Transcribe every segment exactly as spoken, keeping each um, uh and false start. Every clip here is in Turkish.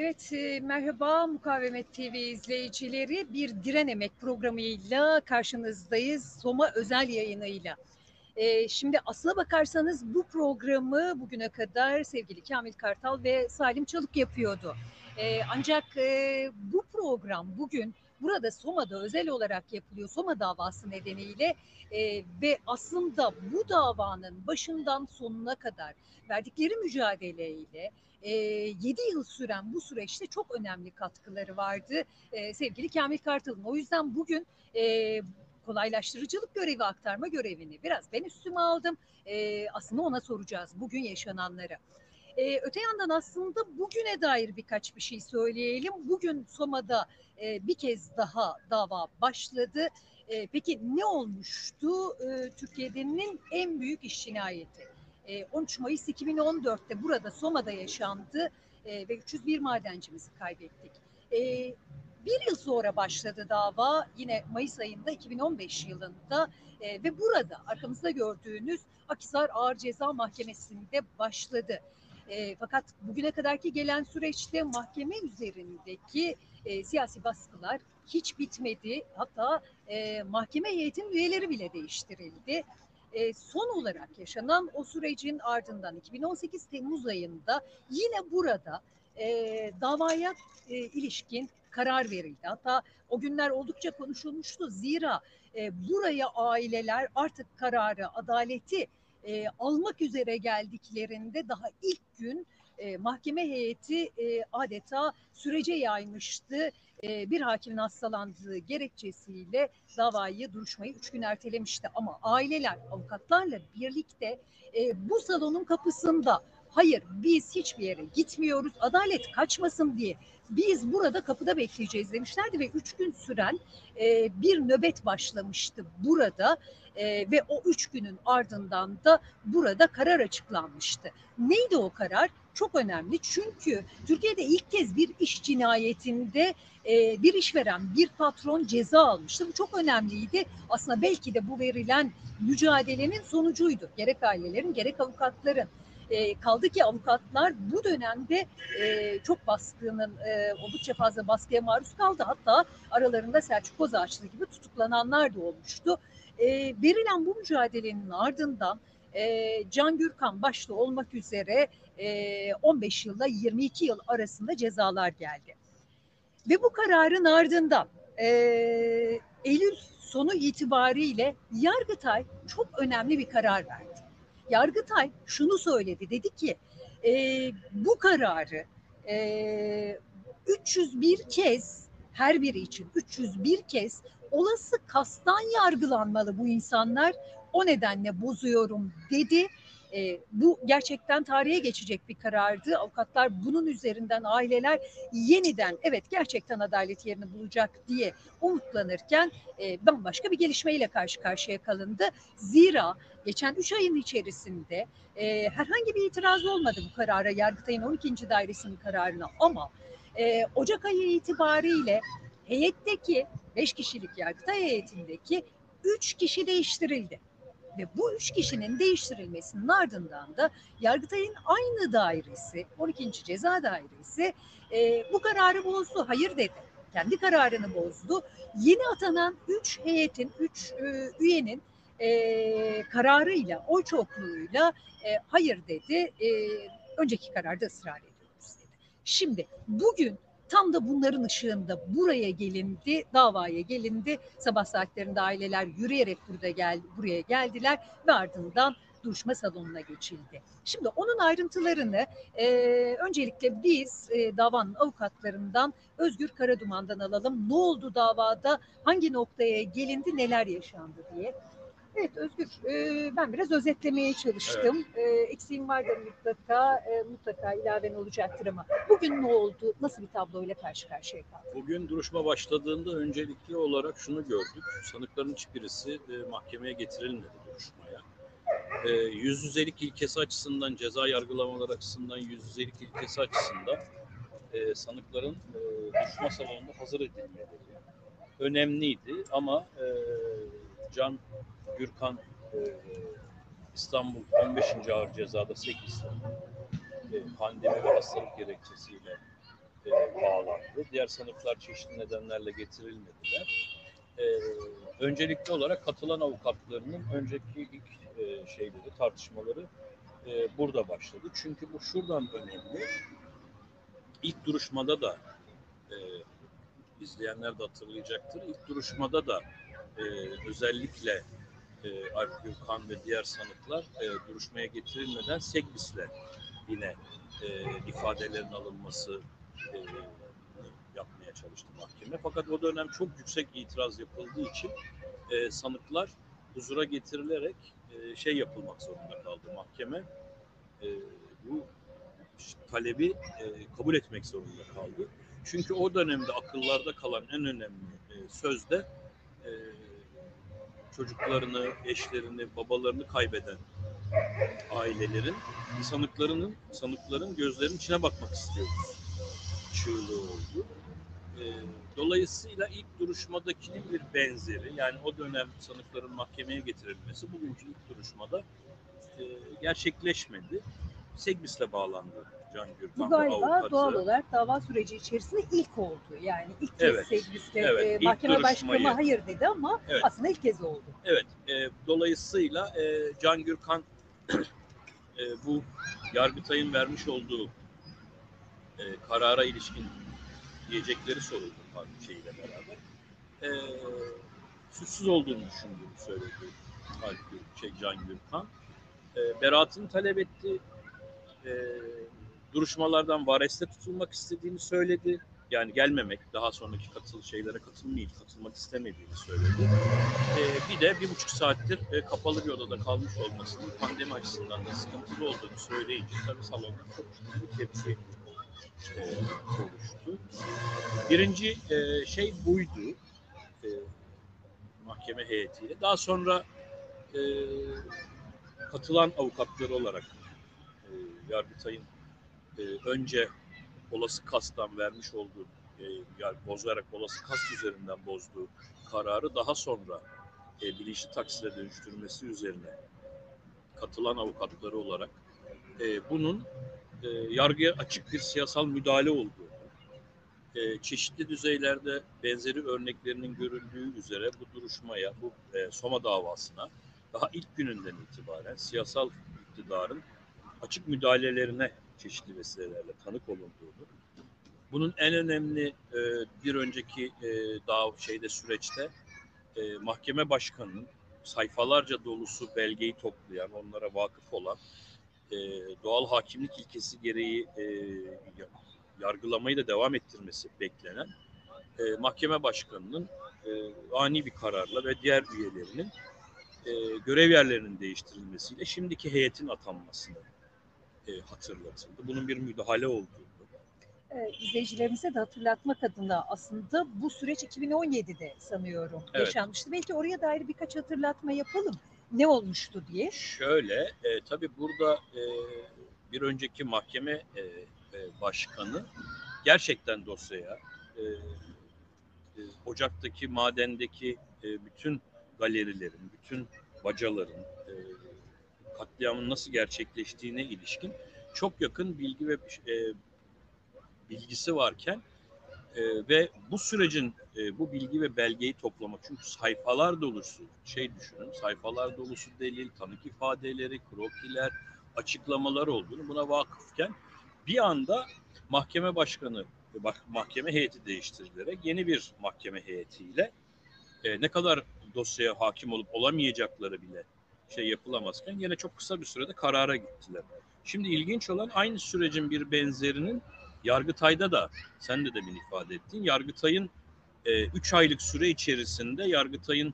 Evet, e, merhaba Mukavemet T V izleyicileri. Bir Direnemek programıyla karşınızdayız. Soma özel yayınıyla. E, şimdi aslına bakarsanız bu programı bugüne kadar sevgili Kamil Kartal ve Salim Çalık yapıyordu. E, ancak e, bu program bugün burada Soma'da özel olarak yapılıyor. Soma davası nedeniyle e, ve aslında bu davanın başından sonuna kadar verdikleri mücadeleyle e, yedi yıl süren bu süreçte çok önemli katkıları vardı e, sevgili Kamil Kartal'ın. O yüzden bugün e, kolaylaştırıcılık görevi, aktarma görevini biraz ben üstüme aldım. E, aslında ona soracağız bugün yaşananları. E, öte yandan aslında bugüne dair birkaç bir şey söyleyelim. Bugün Soma'da e, bir kez daha dava başladı. E, peki ne olmuştu? E, Türkiye'nin en büyük iş cinayeti. E, on üç Mayıs iki bin on dörtte burada Soma'da yaşandı e, ve üç yüz bir madencimizi kaybettik. E, Bir yıl sonra başladı dava, yine Mayıs ayında iki bin on beş yılında e, ve burada arkamızda gördüğünüz Akhisar Ağır Ceza Mahkemesi'nde başladı. E, fakat bugüne kadarki gelen süreçte mahkeme üzerindeki e, siyasi baskılar hiç bitmedi. Hatta e, mahkeme heyetinin üyeleri bile değiştirildi. E, son olarak yaşanan o sürecin ardından iki bin on sekiz Temmuz ayında yine burada e, davaya e, ilişkin karar verildi. Hatta o günler oldukça konuşulmuştu. Zira e, buraya aileler artık kararı, adaleti e, almak üzere geldiklerinde daha ilk gün e, mahkeme heyeti e, adeta sürece yaymıştı. E, bir hakimin hastalandığı gerekçesiyle davayı, duruşmayı üç gün ertelemişti. Ama aileler avukatlarla birlikte e, bu salonun kapısında hayır biz hiçbir yere gitmiyoruz, adalet kaçmasın diye biz burada kapıda bekleyeceğiz demişlerdi ve üç gün süren e, bir nöbet başlamıştı burada e, ve o üç günün ardından da burada karar açıklanmıştı. Neydi o karar? Çok önemli çünkü Türkiye'de ilk kez bir iş cinayetinde e, bir işveren, bir patron ceza almıştı. Bu çok önemliydi. Aslında belki de bu verilen mücadelenin sonucuydu. Gerek ailelerin gerek avukatların. E, kaldı ki avukatlar bu dönemde e, çok baskının, e, oldukça fazla baskıya maruz kaldı. Hatta aralarında Selçuk Kozağaçlı gibi tutuklananlar da olmuştu. E, verilen bu mücadelenin ardından e, Can Gürkan başta olmak üzere e, on beş yılla yirmi iki yıl arasında cezalar geldi. Ve bu kararın ardından e, Eylül sonu itibariyle Yargıtay çok önemli bir karar verdi. Yargıtay şunu söyledi, dedi ki e, bu kararı e, üç yüz bir kez, her biri için üç yüz bir kez olası kastan yargılanmalı bu insanlar. O nedenle bozuyorum dedi. E, bu gerçekten tarihe geçecek bir karardı. Avukatlar bunun üzerinden, aileler yeniden evet gerçekten adalet yerini bulacak diye umutlanırken e, bambaşka bir gelişmeyle karşı karşıya kalındı. Zira geçen üç ayın içerisinde e, herhangi bir itiraz olmadı bu karara, Yargıtay'ın on ikinci dairesinin kararına, ama e, Ocak ayı itibariyle heyetteki beş kişilik Yargıtay heyetindeki üç kişi değiştirildi. Ve bu üç kişinin değiştirilmesinin ardından da Yargıtay'ın aynı dairesi, on ikinci Ceza Dairesi e, bu kararı bozdu. Hayır dedi. Kendi kararını bozdu. Yeni atanan üç heyetin, üç e, üyenin e, kararıyla, oy çokluğuyla e, hayır dedi. E, önceki kararda ısrar ediyoruz dedi. Şimdi bugün tam da bunların ışığında buraya gelindi, davaya gelindi. Sabah saatlerinde aileler yürüyerek burada gel, buraya geldiler ve ardından duruşma salonuna geçildi. Şimdi onun ayrıntılarını e, öncelikle biz e, davanın avukatlarından Özgür Karaduman'dan alalım. Ne oldu davada, hangi noktaya gelindi, neler yaşandı diye. Evet Özgür, e, ben biraz özetlemeye çalıştım. Evet. E, eksiğim vardır mutlaka, e, mutlaka ilaven olacaktır ama bugün ne oldu, nasıl bir tabloyla karşı karşıya kaldık? Bugün duruşma başladığında öncelikli olarak şunu gördük. Sanıkların hiçbirisi e, mahkemeye getirilmedi duruşmaya. E, yüz yüzelik ilkesi açısından, ceza yargılamaları açısından, yüz yüzelik ilkesi açısından e, sanıkların e, duruşma salonunda hazır edilmeleri önemliydi. Ama e, Can Gürkan e, İstanbul on beşinci ağır cezada sekiz e, pandemi ve hastalık gerekçesiyle e, bağlandı. Diğer sanıklar çeşitli nedenlerle getirilmediler. E, öncelikli olarak katılan avukatlarının önceki ilk e, şeyleri, tartışmaları e, burada başladı. Çünkü bu şuradan önemli. İlk duruşmada da e, izleyenler de hatırlayacaktır. İlk duruşmada da e, özellikle e, Alp Gürkan ve diğer sanıklar e, duruşmaya getirilmeden Segbis'le yine e, ifadelerin alınması e, yapmaya çalıştı mahkeme. Fakat o dönem çok yüksek itiraz yapıldığı için e, sanıklar huzura getirilerek e, şey yapılmak zorunda kaldı mahkeme. E, bu talebi e, kabul etmek zorunda kaldı. Çünkü o dönemde akıllarda kalan en önemli e, söz de e, çocuklarını, eşlerini, babalarını kaybeden ailelerin, sanıklarının, sanıkların gözlerinin içine bakmak istiyoruz çığlığı oldu. E, dolayısıyla ilk duruşmadakinin bir benzeri, yani o dönem sanıkların mahkemeye getirilmesi bugünkü ilk duruşmada e, gerçekleşmedi. Segbis'le bağlandı Can Bu Gürkan ve galiba avukatı. doğal olarak dava süreci içerisinde ilk oldu. Yani ilk kez Evet, Segbis'le evet, e, ilk mahkeme başkanı duruşmayı- hayır dedi ama Evet. aslında ilk kez oldu. Evet, e, dolayısıyla e, Can Gürkan e, bu Yargıtay'ın vermiş olduğu e, karara ilişkin diyecekleri soruldu parti şeyiyle beraber. E, suçsuz olduğunu düşündüğünü söyledi Alp Gür- şey, Can Gürkan. E, beraatını talep etti. E, duruşmalardan vareste tutulmak istediğini söyledi. Yani gelmemek, daha sonraki katıl şeylere katılmayıp katılmak istemediğini söyledi. Ee, bir de bir buçuk saattir e, kapalı bir odada kalmış olmasının pandemi açısından da sıkıntılı olduğunu söyleyince tabii salonda çok ciddi bir tepki e, oluştu. Birinci e, şey buydu e, mahkeme heyetiyle. Daha sonra e, katılan avukatları olarak e, Yargıtay'ın e, önce olası kastan vermiş olduğu e, yani bozarak olası kast üzerinden bozduğu kararı daha sonra e, bilinçli taksire dönüştürmesi üzerine katılan avukatları olarak e, bunun e, yargıya açık bir siyasal müdahale olduğu, e, çeşitli düzeylerde benzeri örneklerinin görüldüğü üzere bu duruşmaya, bu e, Soma davasına daha ilk gününden itibaren siyasal iktidarın açık müdahalelerine çeşitli vesilelerle tanık olunduğunu, bunun en önemli e, bir önceki e, daha şeyde süreçte e, mahkeme başkanının sayfalarca dolusu belgeyi toplayan, onlara vakıf olan, e, doğal hakimlik ilkesi gereği e, yargılamayı da devam ettirmesi beklenen e, mahkeme başkanının e, ani bir kararla ve diğer üyelerinin e, görev yerlerinin değiştirilmesiyle şimdiki heyetin atanmasını e, hatırlatıldı. Bunun bir müdahale olduğunu. E, izleyicilerimize de hatırlatmak adına aslında bu süreç iki bin on yedide sanıyorum Evet. yaşanmıştı. Belki oraya dair birkaç hatırlatma yapalım. Ne olmuştu diye. Şöyle, e, tabii burada e, bir önceki mahkeme e, e, başkanı gerçekten dosyaya e, e, Ocak'taki madendeki e, bütün galerilerin, bütün bacaların e, katliamın nasıl gerçekleştiğine ilişkin çok yakın bilgi ve e, bilgisi varken e, ve bu sürecin e, bu bilgi ve belgeyi toplamak, çünkü sayfalar dolusu şey düşünün, sayfalar dolusu delil, tanık ifadeleri, krokiler, açıklamalar olduğunu, buna vakıfken bir anda mahkeme başkanı ve mahkeme heyeti değiştirilerek yeni bir mahkeme heyetiyle e, ne kadar dosyaya hakim olup olamayacakları bile şey yapılamazken yine çok kısa bir sürede karara gittiler. Şimdi ilginç olan, aynı sürecin bir benzerinin Yargıtay'da da, sen de demin ifade ettin, Yargıtay'ın üç e, aylık süre içerisinde Yargıtay'ın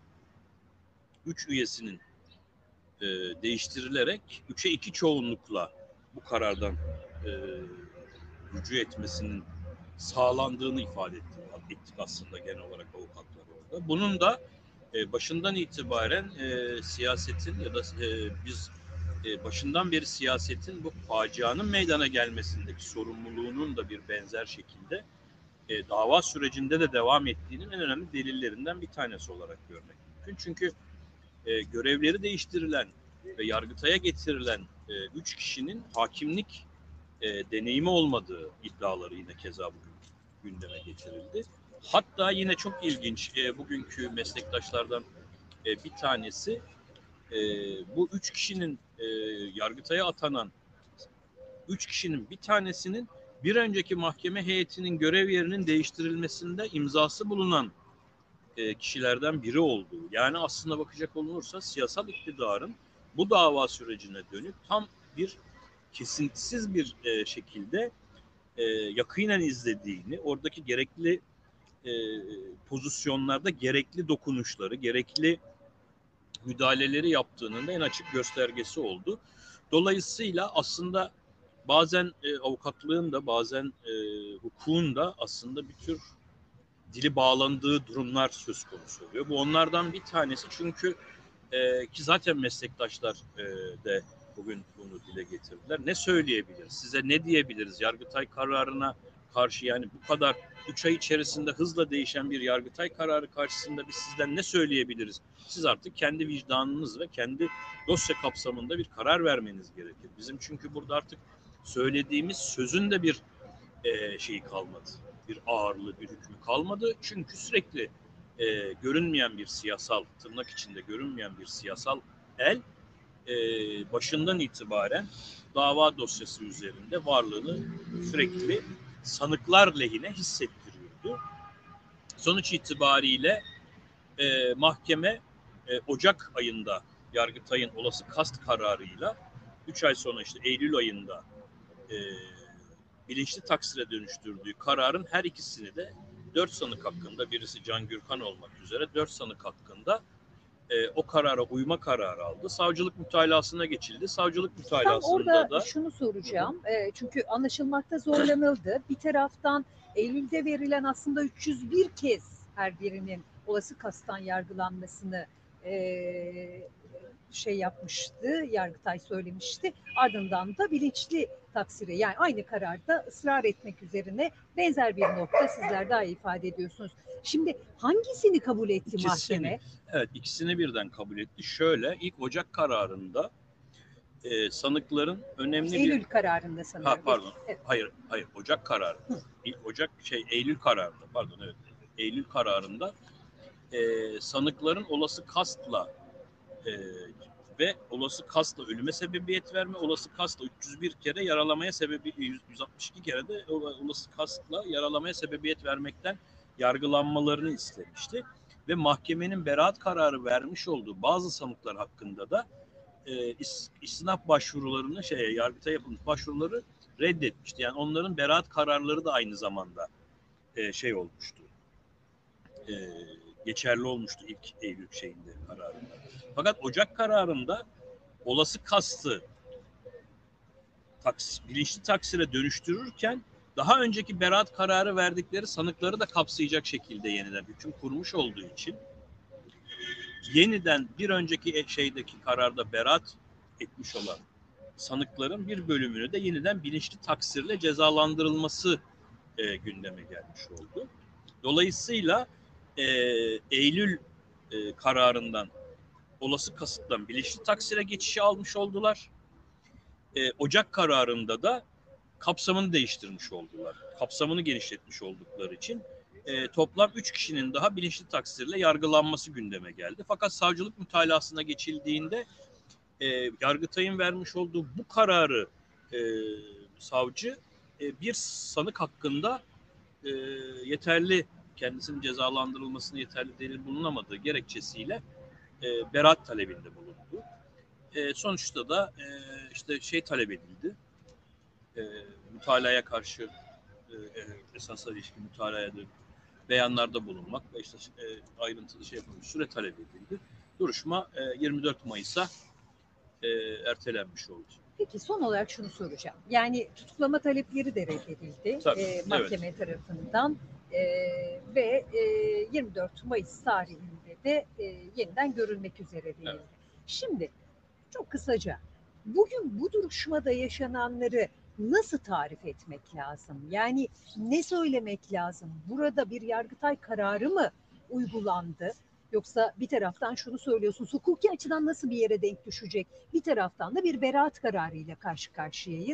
üç üyesinin e, değiştirilerek üçe iki çoğunlukla bu karardan e, rücu etmesinin sağlandığını ifade ettik, ettik aslında genel olarak avukatlar orada. Bunun da e, başından itibaren e, siyasetin ya da e, biz e, başından beri siyasetin bu facianın meydana gelmesindeki sorumluluğunun da bir benzer şekilde e, dava sürecinde de devam ettiğinin en önemli delillerinden bir tanesi olarak görmek mümkün. Çünkü e, görevleri değiştirilen ve Yargıtay'a getirilen e, üç kişinin hakimlik e, deneyimi olmadığı iddiaları yine keza bugün gündeme getirildi. Hatta yine çok ilginç e, bugünkü meslektaşlardan e, bir tanesi e, bu üç kişinin e, Yargıtay'a atanan üç kişinin bir tanesinin bir önceki mahkeme heyetinin görev yerinin değiştirilmesinde imzası bulunan e, kişilerden biri olduğu. Yani aslında bakacak olunursa siyasal iktidarın bu dava sürecine dönük tam bir kesintisiz bir e, şekilde e, yakinen izlediğini, oradaki gerekli e, pozisyonlarda gerekli dokunuşları, gerekli müdahaleleri yaptığının da en açık göstergesi oldu. Dolayısıyla aslında bazen e, avukatlığın da bazen e, hukukun da aslında bir tür dili bağlandığı durumlar söz konusu oluyor. Bu onlardan bir tanesi çünkü e, ki zaten meslektaşlar e, de bugün bunu dile getirdiler. Ne söyleyebiliriz? Size ne diyebiliriz? Yargıtay kararına karşı yani bu kadar üç ay içerisinde hızla değişen bir Yargıtay kararı karşısında biz sizden ne söyleyebiliriz? Siz artık kendi vicdanınız ve kendi dosya kapsamında bir karar vermeniz gerekir. Bizim çünkü burada artık söylediğimiz sözün de bir e, şeyi kalmadı. Bir ağırlığı, bir hükmü kalmadı. Çünkü sürekli e, görünmeyen bir siyasal, tırnak içinde görünmeyen bir siyasal el e, başından itibaren dava dosyası üzerinde varlığını sürekli sanıklar lehine hissettiriyordu. Sonuç itibariyle e, mahkeme e, Ocak ayında Yargıtay'ın olası kast kararıyla üç ay sonra işte Eylül ayında e, bilinçli taksire dönüştürdüğü kararın her ikisini de dört sanık hakkında, birisi Can Gürkan olmak üzere dört sanık hakkında e, o karara uyma kararı aldı. Savcılık mütalasına geçildi. Savcılık mütalasında Tam orada da şunu soracağım. E, çünkü anlaşılmakta zorlanıldı. Bir taraftan Eylül'de verilen aslında üç yüz bir kez her birinin olası kastan yargılanmasını e, şey yapmıştı, Yargıtay söylemişti. Ardından da bilinçli taksire yani aynı kararda ısrar etmek üzerine benzer bir nokta sizler daha iyi ifade ediyorsunuz. Şimdi hangisini kabul etti ikisini, mahkeme? evet ikisini birden kabul etti. Şöyle ilk Ocak kararında e, sanıkların önemli Eylül bir kararında sanıyorum. ha pardon. Evet. Hayır, hayır Ocak kararı. İlk Ocak şey Eylül kararında pardon evet. Eylül kararında e, sanıkların olası kastla e, ve olası kastla ölüme sebebiyet verme, olası kastla üç yüz bir kere yaralamaya sebebi yüz altmış iki kere de olası kastla yaralamaya sebebiyet vermekten yargılanmalarını istemişti. Ve mahkemenin beraat kararı vermiş olduğu bazı sanıklar hakkında da e, istinaf başvurularını şeye Yargıtay'a yapılmış başvuruları reddetmişti. Yani onların beraat kararları da aynı zamanda e, şey olmuştu. E, geçerli olmuştu ilk Eylül şeyinde kararında. Fakat Ocak kararında olası kastı taks, bilinçli taksire dönüştürürken daha önceki beraat kararı verdikleri sanıkları da kapsayacak şekilde yeniden hüküm kurmuş olduğu için yeniden bir önceki şeydeki kararda beraat etmiş olan sanıkların bir bölümünü de yeniden bilinçli taksirle cezalandırılması e, gündeme gelmiş oldu. Dolayısıyla e, Eylül e, kararından olası kasıttan bilinçli taksire geçişi almış oldular. E, Ocak kararında da kapsamını değiştirmiş oldular. Kapsamını genişletmiş oldukları için e, toplam üç kişinin daha bilinçli taksirle yargılanması gündeme geldi. Fakat savcılık mütalasına geçildiğinde e, Yargıtay'ın vermiş olduğu bu kararı e, savcı e, bir sanık hakkında e, yeterli kendisinin cezalandırılmasına yeterli delil bulunamadığı gerekçesiyle e, beraat talebinde bulundu. E, sonuçta da e, işte şey talep edildi. E, mütalaya karşı e, esaslar ilişkin mütalaya dönük beyanlarda bulunmak ve işte e, ayrıntılı şey yapılmış süre talep edildi. Duruşma e, yirmi dört Mayıs'a e, ertelenmiş oldu. Peki son olarak şunu soracağım. Yani tutuklama talepleri de reddedildi Tabii, e, mahkeme evet. tarafından e, ve e, yirmi dört Mayıs tarihinde de e, yeniden görülmek üzere verildi. Evet. Şimdi çok kısaca bugün bu duruşmada yaşananları nasıl tarif etmek lazım? Yani ne söylemek lazım? Burada bir Yargıtay kararı mı uygulandı? Yoksa bir taraftan şunu söylüyorsunuz, hukuki açıdan nasıl bir yere denk düşecek? Bir taraftan da bir beraat kararıyla karşı karşıyayız.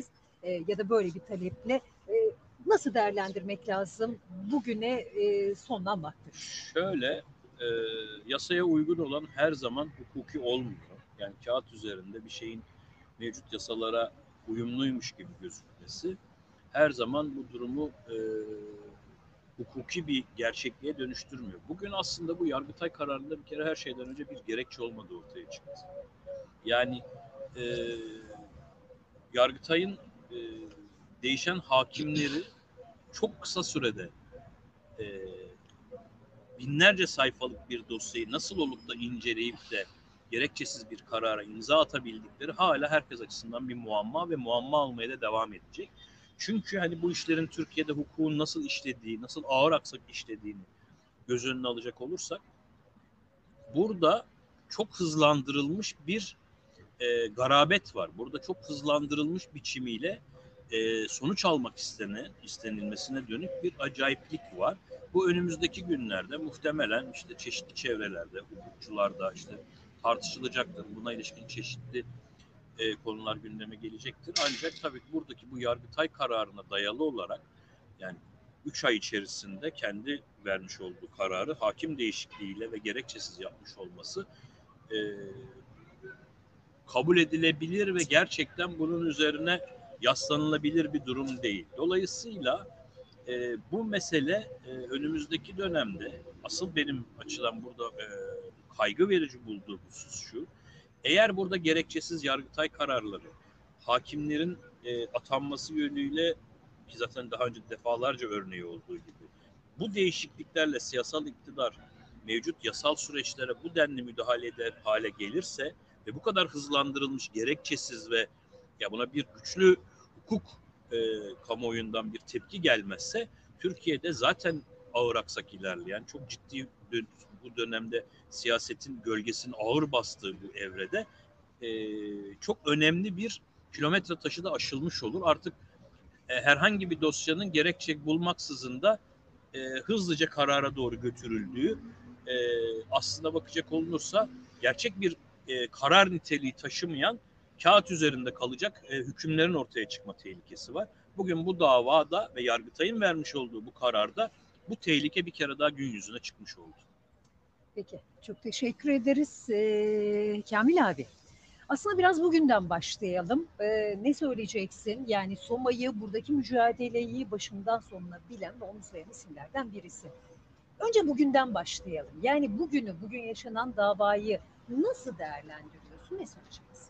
e, ya da böyle bir taleple e, nasıl değerlendirmek lazım bugüne e, sonlanmaktır? Şöyle, e, yasaya uygun olan her zaman hukuki olmuyor. Yani kağıt üzerinde bir şeyin mevcut yasalara uyumluymuş gibi gözükmesi her zaman bu durumu e, hukuki bir gerçekliğe dönüştürmüyor. Bugün aslında bu Yargıtay kararında bir kere her şeyden önce bir gerekçe olmadığı ortaya çıktı. Yani e, Yargıtay'ın e, değişen hakimleri çok kısa sürede e, binlerce sayfalık bir dosyayı nasıl olup da inceleyip de gerekçesiz bir karara imza atabildikleri hala herkes açısından bir muamma ve muamma olmaya da devam edecek. Çünkü hani bu işlerin Türkiye'de hukukun nasıl işlediği, nasıl ağır aksak işlediğini göz önüne alacak olursak burada çok hızlandırılmış bir e, garabet var. Burada çok hızlandırılmış biçimiyle e, sonuç almak istene, istenilmesine dönük bir acayiplik var. Bu önümüzdeki günlerde muhtemelen işte çeşitli çevrelerde, hukukçularda işte tartışılacaktır. Buna ilişkin çeşitli e, konular gündeme gelecektir. Ancak tabii buradaki bu Yargıtay kararına dayalı olarak yani üç ay içerisinde kendi vermiş olduğu kararı hakim değişikliğiyle ve gerekçesiz yapmış olması e, kabul edilebilir ve gerçekten bunun üzerine yaslanılabilir bir durum değil. Dolayısıyla e, bu mesele e, önümüzdeki dönemde asıl benim açıdan burada e, kaygı verici bulduğum husus şu. Eğer burada gerekçesiz Yargıtay kararları hakimlerin e, atanması yönüyle ki zaten daha önce defalarca örneği olduğu gibi bu değişikliklerle siyasal iktidar mevcut yasal süreçlere bu denli müdahale eder hale gelirse ve bu kadar hızlandırılmış, gerekçesiz ve ya buna bir güçlü hukuk e, kamuoyundan bir tepki gelmezse Türkiye'de zaten ağır aksak ilerleyen, çok ciddi bu dönemde siyasetin gölgesinin ağır bastığı bu evrede e, çok önemli bir kilometre taşı da aşılmış olur. Artık e, herhangi bir dosyanın gerekçe bulmaksızın da e, hızlıca karara doğru götürüldüğü e, aslında bakacak olunursa gerçek bir e, karar niteliği taşımayan kağıt üzerinde kalacak e, hükümlerin ortaya çıkma tehlikesi var. Bugün bu davada ve Yargıtay'ın vermiş olduğu bu kararda bu tehlike bir kere daha gün yüzüne çıkmış oldu. Peki, çok teşekkür ederiz ee, Kamil abi. Aslında biraz bugünden başlayalım. Ee, ne söyleyeceksin? Yani Soma'yı, buradaki mücadeleyi başından sonuna bilen ve onu sayan isimlerden birisi. Önce bugünden başlayalım. Yani bugünü, bugün yaşanan davayı nasıl değerlendiriyorsun? Ne söyleyeceksin?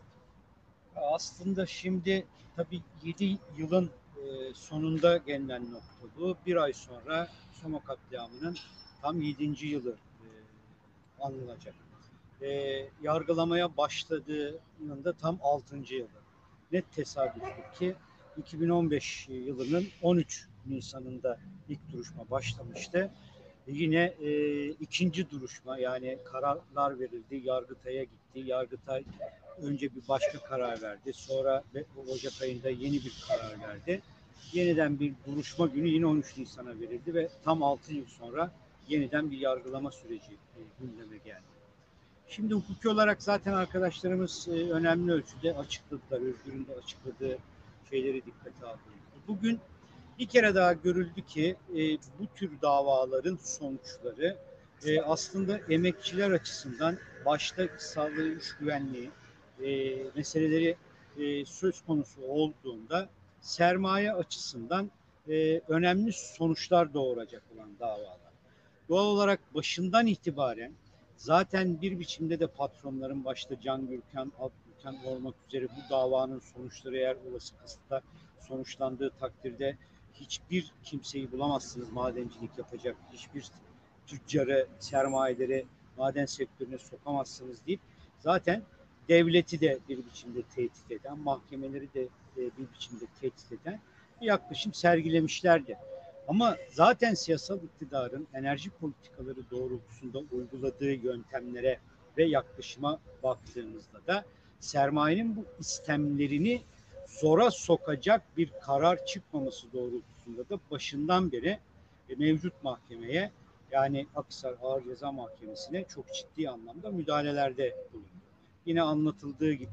Aslında şimdi tabii yedi yılın e, sonunda gelinen nokta bu. Bir ay sonra Soma katliamının tam yedinci yılı e, anılacak. E, yargılamaya başladığının da tam altıncı yılı. Ne tesadüftür ki iki bin on beş yılının on üç Nisan'ında ilk duruşma başlamıştı. Yine e, ikinci duruşma, yani kararlar verildi, Yargıtay'a gitti. Yargıtay önce bir başka karar verdi. Sonra Ocak ayında yeni bir karar verdi. Yeniden bir duruşma günü yine on üç Nisan'a verildi ve tam altı yıl sonra yeniden bir yargılama süreci e, gündeme geldi. Şimdi hukuki olarak zaten arkadaşlarımız e, önemli ölçüde açıkladılar. Özgür'ün de açıkladığı şeyleri dikkate aldı. Bugün bir kere daha görüldü ki e, bu tür davaların sonuçları e, aslında emekçiler açısından başta sağlığı, iş güvenliği e, meseleleri e, söz konusu olduğunda sermaye açısından e, önemli sonuçlar doğuracak olan davalar. Doğal olarak başından itibaren zaten bir biçimde de patronların başta Can Gürkan, Alp Gürkan olmak üzere bu davanın sonuçları eğer olası kısıtla sonuçlandığı takdirde hiçbir kimseyi bulamazsınız madencilik yapacak, hiçbir tüccarı, sermayeleri maden sektörüne sokamazsınız deyip zaten devleti de bir biçimde tehdit eden, mahkemeleri de bir biçimde tehdit eden bir yaklaşım sergilemişlerdi. Ama zaten siyasal iktidarın enerji politikaları doğrultusunda uyguladığı yöntemlere ve yaklaşıma baktığımızda da sermayenin bu istemlerini zora sokacak bir karar çıkmaması doğrultusunda da başından beri mevcut mahkemeye, yani Akhisar Ağır Ceza Mahkemesi'ne çok ciddi anlamda müdahalelerde bulundu. Yine anlatıldığı gibi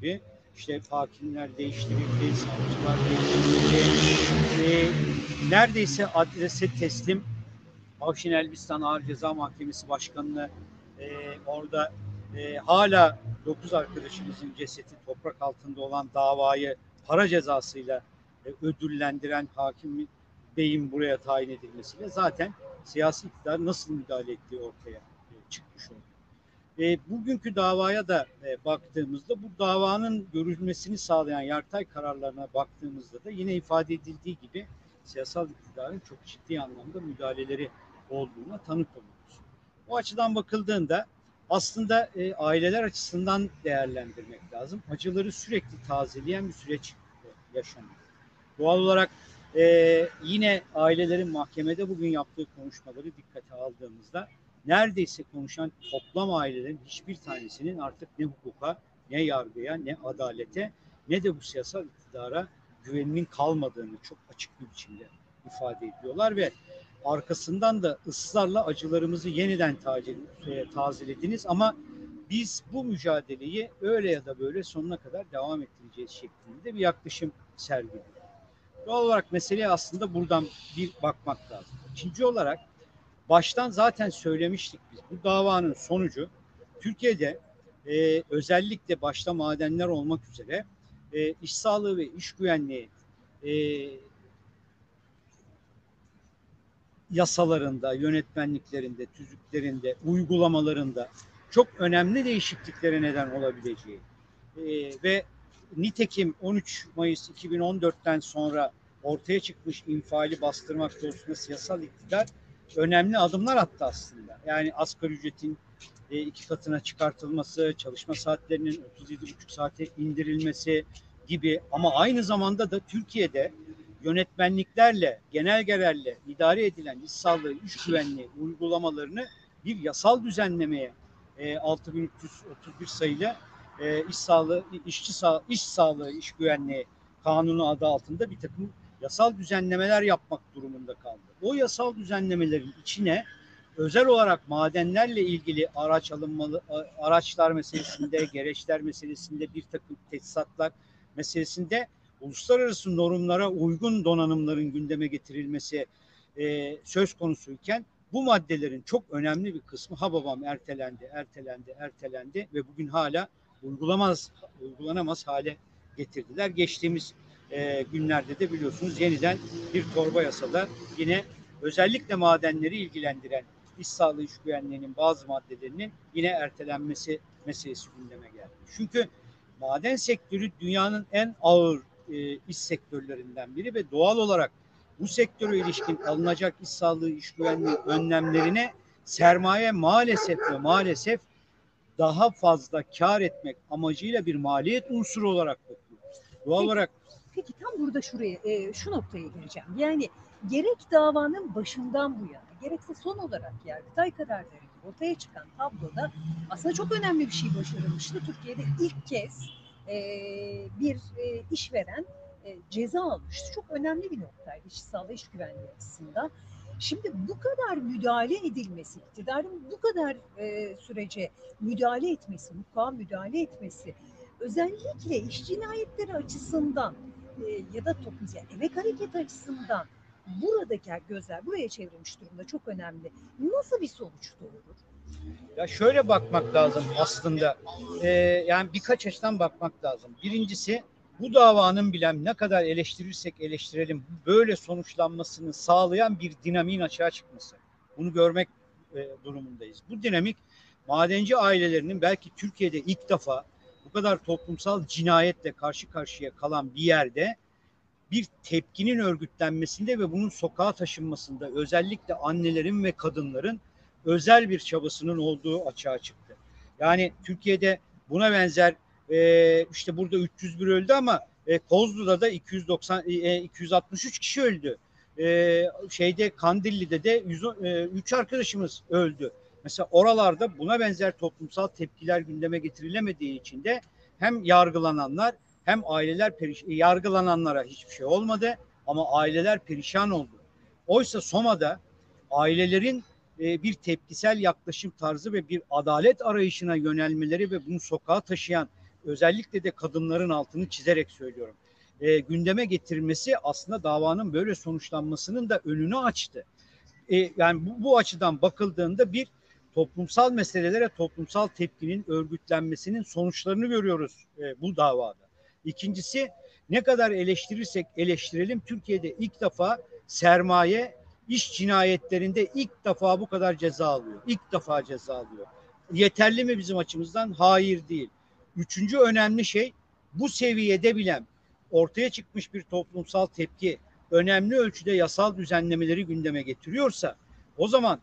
İşte hakimler değiştirildi, savcılar değiştirildi. E, neredeyse adrese teslim Avşin Elbistan Ağır Ceza Mahkemesi Başkanı'nı e, orada e, hala dokuz arkadaşımızın cesedi toprak altında olan davayı para cezasıyla e, ödüllendiren hakim beyin buraya tayin edilmesiyle zaten siyasi iktidar nasıl müdahale ettiği ortaya e, çıkmış oldu. E, bugünkü davaya da e, baktığımızda bu davanın görülmesini sağlayan Yargıtay kararlarına baktığımızda da yine ifade edildiği gibi siyasal iktidarın çok ciddi anlamda müdahaleleri olduğuna tanık oluyoruz. O açıdan bakıldığında aslında e, aileler açısından değerlendirmek lazım. Acıları sürekli tazeleyen bir süreç e, yaşanıyor. Doğal olarak e, yine ailelerin mahkemede bugün yaptığı konuşmaları dikkate aldığımızda neredeyse konuşan toplam ailelerin hiçbir tanesinin artık ne hukuka, ne yargıya, ne adalete, ne de bu siyasal iktidara güveninin kalmadığını çok açık bir biçimde ifade ediyorlar ve arkasından da ısrarla acılarımızı yeniden tazelediniz ama biz bu mücadeleyi öyle ya da böyle sonuna kadar devam ettireceğiz şeklinde bir yaklaşım sergiliyor. Doğal olarak meseleye aslında buradan bir bakmak lazım. İkinci olarak baştan zaten söylemiştik biz. Bu davanın sonucu Türkiye'de e, özellikle başta madenler olmak üzere e, iş sağlığı ve iş güvenliği e, yasalarında, yönetmenliklerinde, tüzüklerinde, uygulamalarında çok önemli değişikliklere neden olabileceği e, ve nitekim on üç Mayıs iki bin on dörtten sonra ortaya çıkmış infiali bastırmak konusunda siyasal iktidar önemli adımlar attı aslında. Yani asgari ücretin e, iki katına çıkartılması, çalışma saatlerinin otuz yedi buçuk saate indirilmesi gibi ama aynı zamanda da Türkiye'de yönetmenliklerle, genelgelerle idare edilen iş sağlığı, iş güvenliği uygulamalarını bir yasal düzenlemeye e, altı bin üç yüz otuz bir sayılı e, iş sağlığı, işçi sağ, iş sağlığı, iş güvenliği kanunu adı altında bir takım yasal düzenlemeler yapmak durumunda kaldı. O yasal düzenlemelerin içine özel olarak madenlerle ilgili araç alınmalı, araçlar meselesinde, gereçler meselesinde, bir takım tesisatlar meselesinde uluslararası normlara uygun donanımların gündeme getirilmesi e, söz konusuyken bu maddelerin çok önemli bir kısmı ha babam ertelendi, ertelendi, ertelendi ve bugün hala uygulamaz, uygulanamaz hale getirdiler. Geçtiğimiz e, günlerde de biliyorsunuz yeniden bir torba yasada yine özellikle madenleri ilgilendiren iş sağlığı iş güvenliğinin bazı maddelerinin yine ertelenmesi meselesi gündeme geldi. Çünkü maden sektörü dünyanın en ağır e, iş sektörlerinden biri ve doğal olarak bu sektöre ilişkin alınacak iş sağlığı, iş güvenliği önlemlerine sermaye maalesef ve maalesef daha fazla kar etmek amacıyla bir maliyet unsuru olarak bakıyor. Doğal peki, olarak. Peki tam burada şuraya, e, şu noktaya geleceğim. Yani gerek davanın başından bu yana, gerekse son olarak Yargıtay kararları ortaya çıkan tabloda aslında çok önemli bir şey başarılmıştı. Türkiye'de ilk kez e, bir e, işveren e, ceza almıştı. Çok önemli bir noktaydı iş sağlığı, iş güvenliği açısından. Şimdi bu kadar müdahale edilmesi, iktidarın bu kadar e, sürece müdahale etmesi, hukuka müdahale etmesi, özellikle iş cinayetleri açısından e, ya da toplumsal emek hareketi açısından buradaki gözler buraya çevrilmiş durumda, çok önemli. Nasıl bir sonuç doğurur? Ya şöyle bakmak lazım aslında. Ee, yani birkaç açıdan bakmak lazım. Birincisi bu davanın bile ne kadar eleştirirsek eleştirelim böyle sonuçlanmasını sağlayan bir dinamiğin açığa çıkması. Bunu görmek e, durumundayız. Bu dinamik madenci ailelerinin belki Türkiye'de ilk defa bu kadar toplumsal cinayetle karşı karşıya kalan bir yerde bir tepkinin örgütlenmesinde ve bunun sokağa taşınmasında özellikle annelerin ve kadınların özel bir çabasının olduğu açığa çıktı. Yani Türkiye'de buna benzer e, işte burada üç yüz bir öldü ama e, Kozlu'da da iki yüz doksan, e, iki yüz altmış üç kişi öldü. E, şeyde Kandilli'de de yüz, e, üç arkadaşımız öldü. Mesela oralarda buna benzer toplumsal tepkiler gündeme getirilemediği için de hem yargılananlar hem aileler perişan, yargılananlara hiçbir şey olmadı ama aileler perişan oldu. Oysa Soma'da ailelerin e, bir tepkisel yaklaşım tarzı ve bir adalet arayışına yönelmeleri ve bunu sokağa taşıyan özellikle de kadınların altını çizerek söylüyorum. E, gündeme getirmesi aslında davanın böyle sonuçlanmasının da önünü açtı. E, yani bu, bu açıdan bakıldığında bir toplumsal meselelere toplumsal tepkinin örgütlenmesinin sonuçlarını görüyoruz e, bu davada. İkincisi, ne kadar eleştirirsek eleştirelim, Türkiye'de ilk defa sermaye iş cinayetlerinde ilk defa bu kadar ceza alıyor. İlk defa ceza alıyor. Yeterli mi bizim açımızdan? Hayır değil. Üçüncü önemli şey, bu seviyede bile ortaya çıkmış bir toplumsal tepki önemli ölçüde yasal düzenlemeleri gündeme getiriyorsa, o zaman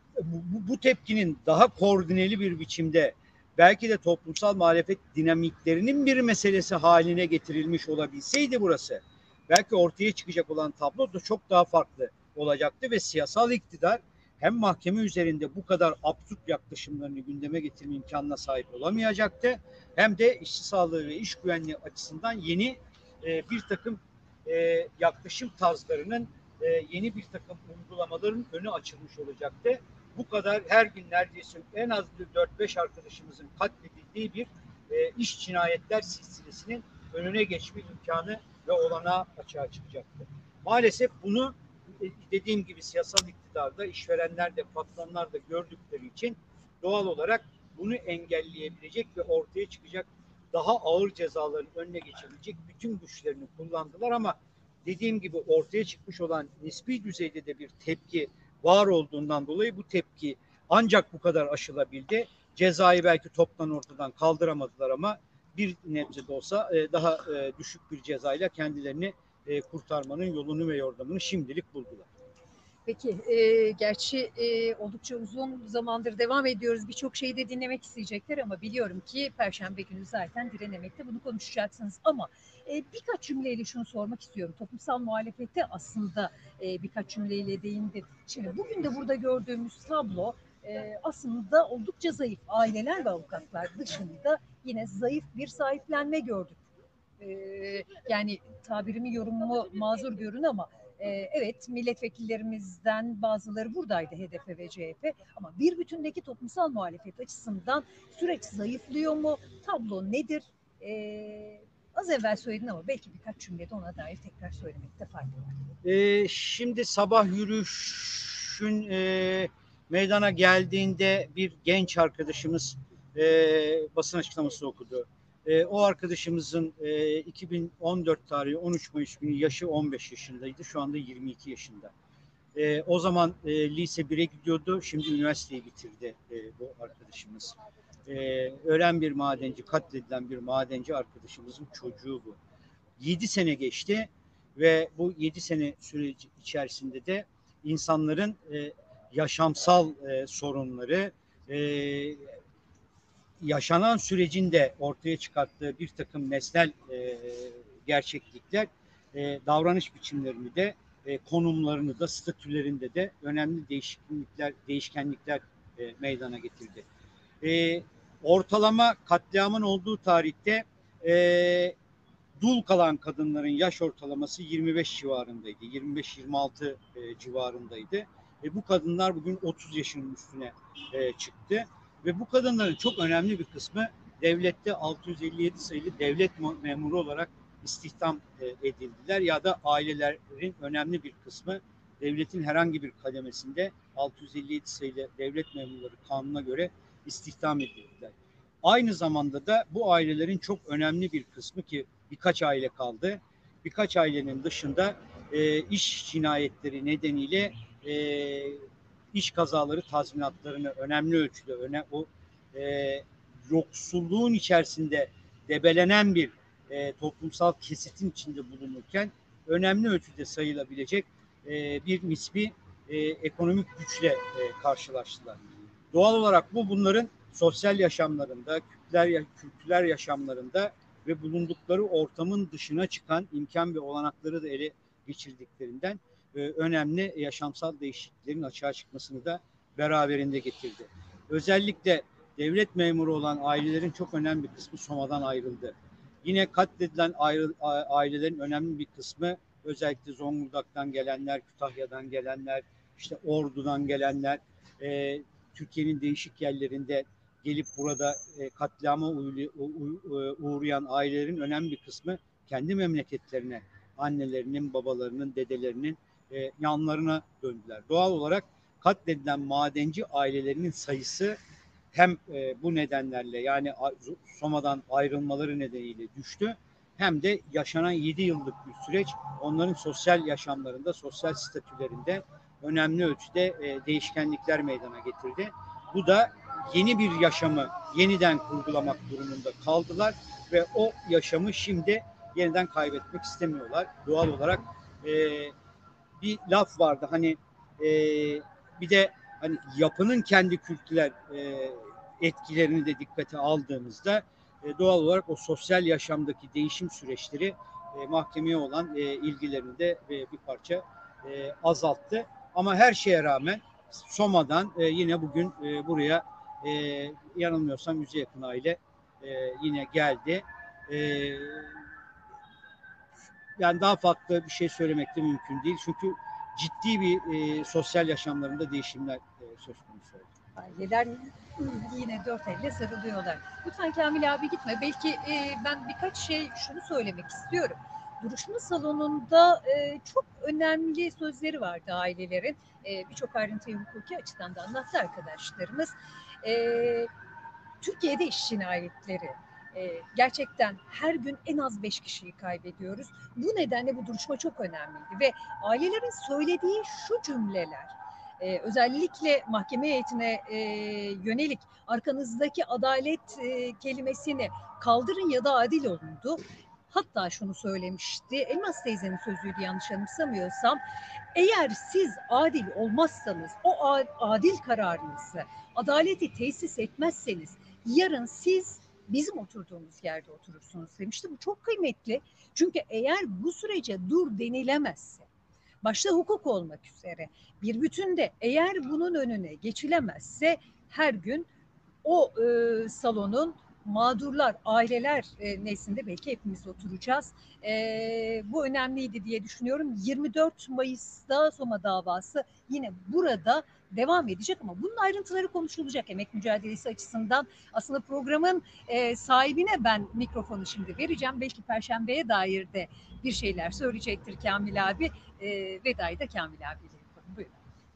bu, bu tepkinin daha koordineli bir biçimde belki de toplumsal muhalefet dinamiklerinin bir meselesi haline getirilmiş olabilseydi burası, belki ortaya çıkacak olan tablo da çok daha farklı olacaktı ve siyasal iktidar hem mahkeme üzerinde bu kadar absürt yaklaşımlarını gündeme getirme imkanına sahip olamayacaktı, hem de işçi sağlığı ve iş güvenliği açısından yeni e, bir takım e, yaklaşım tarzlarının, e, yeni bir takım uygulamaların önü açılmış olacaktı. Bu kadar her gün neredeyse en az dört beş arkadaşımızın katledildiği bir e, iş cinayetler silsilesinin önüne geçme imkanı ve olanağı açığa çıkacaktı. Maalesef bunu e, dediğim gibi siyasal iktidarda, işverenler de, patronlar da gördükleri için doğal olarak bunu engelleyebilecek ve ortaya çıkacak daha ağır cezaların önüne geçebilecek bütün güçlerini kullandılar, ama dediğim gibi ortaya çıkmış olan nispi düzeyde de bir tepki var olduğundan dolayı bu tepki ancak bu kadar aşılabildi. Cezayı belki toptan ortadan kaldıramadılar, ama bir nebze de olsa daha düşük bir cezayla kendilerini kurtarmanın yolunu ve yordamını şimdilik buldular. Peki, e, gerçi e, oldukça uzun zamandır devam ediyoruz. Birçok şeyi de dinlemek isteyecekler ama biliyorum ki Perşembe günü zaten Direnemek'te bunu konuşacaksınız. Ama e, birkaç cümleyle şunu sormak istiyorum. Toplumsal muhalefete aslında e, birkaç cümleyle değindim. Şimdi bugün de burada gördüğümüz tablo e, aslında oldukça zayıf. Aileler ve avukatlar dışında yine zayıf bir sahiplenme gördük. E, yani tabirimi, yorumumu mazur görün ama evet, milletvekillerimizden bazıları buradaydı, H D P ve C H P, ama bir bütündeki toplumsal muhalefet açısından süreç zayıflıyor mu? Tablo nedir? Ee, az evvel söyledin ama belki birkaç cümlede ona dair tekrar söylemekte fayda var. Ee, şimdi sabah yürüyüşün e, meydana geldiğinde bir genç arkadaşımız e, basın açıklaması okudu. E, o arkadaşımızın e, iki bin on dört tarihi on üç Mayıs günü yaşı on beş yaşındaydı. Şu anda yirmi iki yaşında. E, o zaman e, lise bire gidiyordu. Şimdi üniversiteyi bitirdi e, bu arkadaşımız. E, ölen bir madenci, katledilen bir madenci arkadaşımızın çocuğu bu. yedi sene geçti ve bu yedi sene süreci içerisinde de insanların e, yaşamsal e, sorunları, e, yaşanan sürecin de ortaya çıkarttığı bir takım nesnel e, gerçeklikler, e, davranış biçimlerini de, e, konumlarını da, statülerinde de önemli değişiklikler, değişkenlikler e, meydana getirdi. E, ortalama katliamın olduğu tarihte e, dul kalan kadınların yaş ortalaması yirmi beş civarındaydı. yirmi beş yirmi altı e, civarındaydı. Ve bu kadınlar bugün otuz yaşının üstüne e, çıktı. Ve bu kadınların çok önemli bir kısmı devlette altı yüz elli yedi sayılı devlet memuru olarak istihdam e, edildiler, ya da ailelerin önemli bir kısmı devletin herhangi bir kademesinde altı yüz elli yedi sayılı devlet memurları kanuna göre istihdam edildiler. Aynı zamanda da bu ailelerin çok önemli bir kısmı, ki birkaç aile kaldı, birkaç ailenin dışında e, iş cinayetleri nedeniyle e, iş kazaları tazminatlarını önemli ölçüde öne, o e, yoksulluğun içerisinde debelenen bir e, toplumsal kesitin içinde bulunurken önemli ölçüde sayılabilecek e, bir nispi e, ekonomik güçle e, karşılaştılar. Doğal olarak bu bunların sosyal yaşamlarında, kültürel, kültürel yaşamlarında ve bulundukları ortamın dışına çıkan imkan ve olanakları da ele geçirdiklerinden e, önemli yaşamsal değişikliklerin açığa çıkmasını da beraberinde getirdi. Özellikle devlet memuru olan ailelerin çok önemli bir kısmı Soma'dan ayrıldı. Yine katledilen ayrı, ailelerin önemli bir kısmı özellikle Zonguldak'tan gelenler, Kütahya'dan gelenler, işte Ordu'dan gelenler, e, Türkiye'nin değişik yerlerinde gelip burada e, katliama uğru- u- uğrayan ailelerin önemli bir kısmı kendi memleketlerine, annelerinin, babalarının, dedelerinin e, yanlarına döndüler. Doğal olarak katledilen madenci ailelerinin sayısı hem e, bu nedenlerle, yani Soma'dan ayrılmaları nedeniyle düştü, hem de yaşanan yedi yıllık bir süreç onların sosyal yaşamlarında, sosyal statülerinde önemli ölçüde e, değişkenlikler meydana getirdi. Bu da yeni bir yaşamı yeniden kurgulamak durumunda kaldılar ve o yaşamı şimdi yeniden kaybetmek istemiyorlar. Doğal olarak e, bir laf vardı, hani e, bir de hani yapının kendi kültürel e, etkilerini de dikkate aldığımızda e, doğal olarak o sosyal yaşamdaki değişim süreçleri e, mahkemeye olan e, ilgilerini de e, bir parça e, azalttı. Ama her şeye rağmen Soma'dan e, yine bugün e, buraya e, yanılmıyorsam yüze yakın aile e, yine geldi. E, Yani daha farklı bir şey söylemek de mümkün değil. Çünkü ciddi bir e, sosyal yaşamlarında değişimler e, söz konusu oldu. Aileler yine dört elle sarılıyorlar. Lütfen Kamil abi gitme. Belki e, ben birkaç şey şunu söylemek istiyorum. Duruşma salonunda e, çok önemli sözleri vardı ailelerin. E, Birçok ayrıntıyı hukuki açıdan da anlattı arkadaşlarımız. E, Türkiye'de iş cinayetleri e, gerçekten her gün en az beş kişiyi kaybediyoruz. Bu nedenle bu duruşma çok önemliydi ve ailelerin söylediği şu cümleler, e, özellikle mahkeme heyetine e, yönelik arkanızdaki adalet e, kelimesini kaldırın ya da adil olundu. Hatta şunu söylemişti, Elmas teyzenin sözüydü yanlış anımsamıyorsam, eğer siz adil olmazsanız, o adil kararınızı, adaleti tesis etmezseniz yarın siz bizim oturduğumuz yerde oturursunuz demişti. Bu çok kıymetli. Çünkü eğer bu sürece dur denilemezse, başta hukuk olmak üzere bir bütünde eğer bunun önüne geçilemezse her gün o e, salonun mağdurlar, aileler e, nezdinde belki hepimiz oturacağız. E, bu önemliydi diye düşünüyorum. yirmi dört Mayıs'ta Soma davası yine burada devam edecek ama bunun ayrıntıları konuşulacak emek mücadelesi açısından. Aslında programın e, sahibine ben mikrofonu şimdi vereceğim. Belki Perşembe'ye dair de bir şeyler söyleyecektir Kamil abi. E, vedayı da Kamil abiyle yapalım. Buyurun.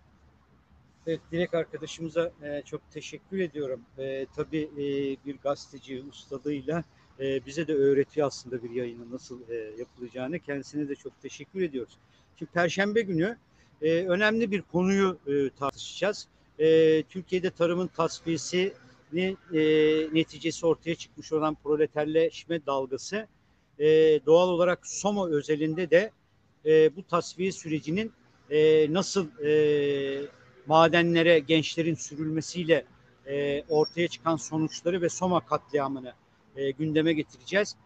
Evet, Dilek arkadaşımıza e, çok teşekkür ediyorum. E, tabii e, bir gazeteci ustalığıyla e, bize de öğretiyor aslında bir yayının nasıl e, yapılacağını. Kendisine de çok teşekkür ediyoruz. Şimdi Perşembe günü e, önemli bir konuyu e, tartışacağız. E, Türkiye'de tarımın tasfiyesini e, neticesi ortaya çıkmış olan proleterleşme dalgası e, doğal olarak Soma özelinde de e, bu tasfiye sürecinin e, nasıl e, madenlere gençlerin sürülmesiyle e, ortaya çıkan sonuçları ve Soma katliamını e, gündeme getireceğiz.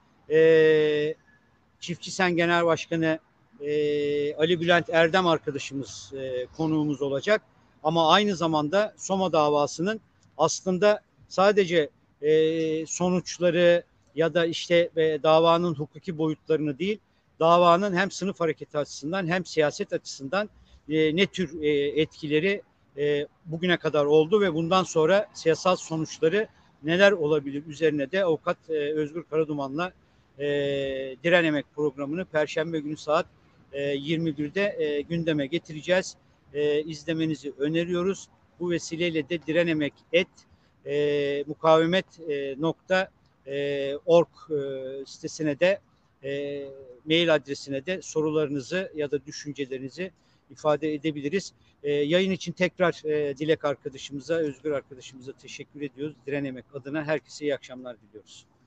E, Çiftçi Sen Genel Başkanı e, Ali Bülent Erdem arkadaşımız e, konuğumuz olacak. Ama aynı zamanda Soma davasının aslında sadece e, sonuçları ya da işte e, davanın hukuki boyutlarını değil, davanın hem sınıf hareketi açısından hem siyaset açısından e, ne tür e, etkileri e, bugüne kadar oldu ve bundan sonra siyasal sonuçları neler olabilir üzerine de avukat e, Özgür Karaduman'la e, Diren Emek programını Perşembe günü saat e, yirmi birde e, gündeme getireceğiz. E, izlemenizi öneriyoruz. Bu vesileyle de Diren Emek et e, mukavemet e, nokta e, org e, sitesine de e, mail adresine de sorularınızı ya da düşüncelerinizi ifade edebiliriz. E, yayın için tekrar e, Dilek arkadaşımıza, Özgür arkadaşımıza teşekkür ediyoruz. Diren Emek adına herkese iyi akşamlar diliyoruz.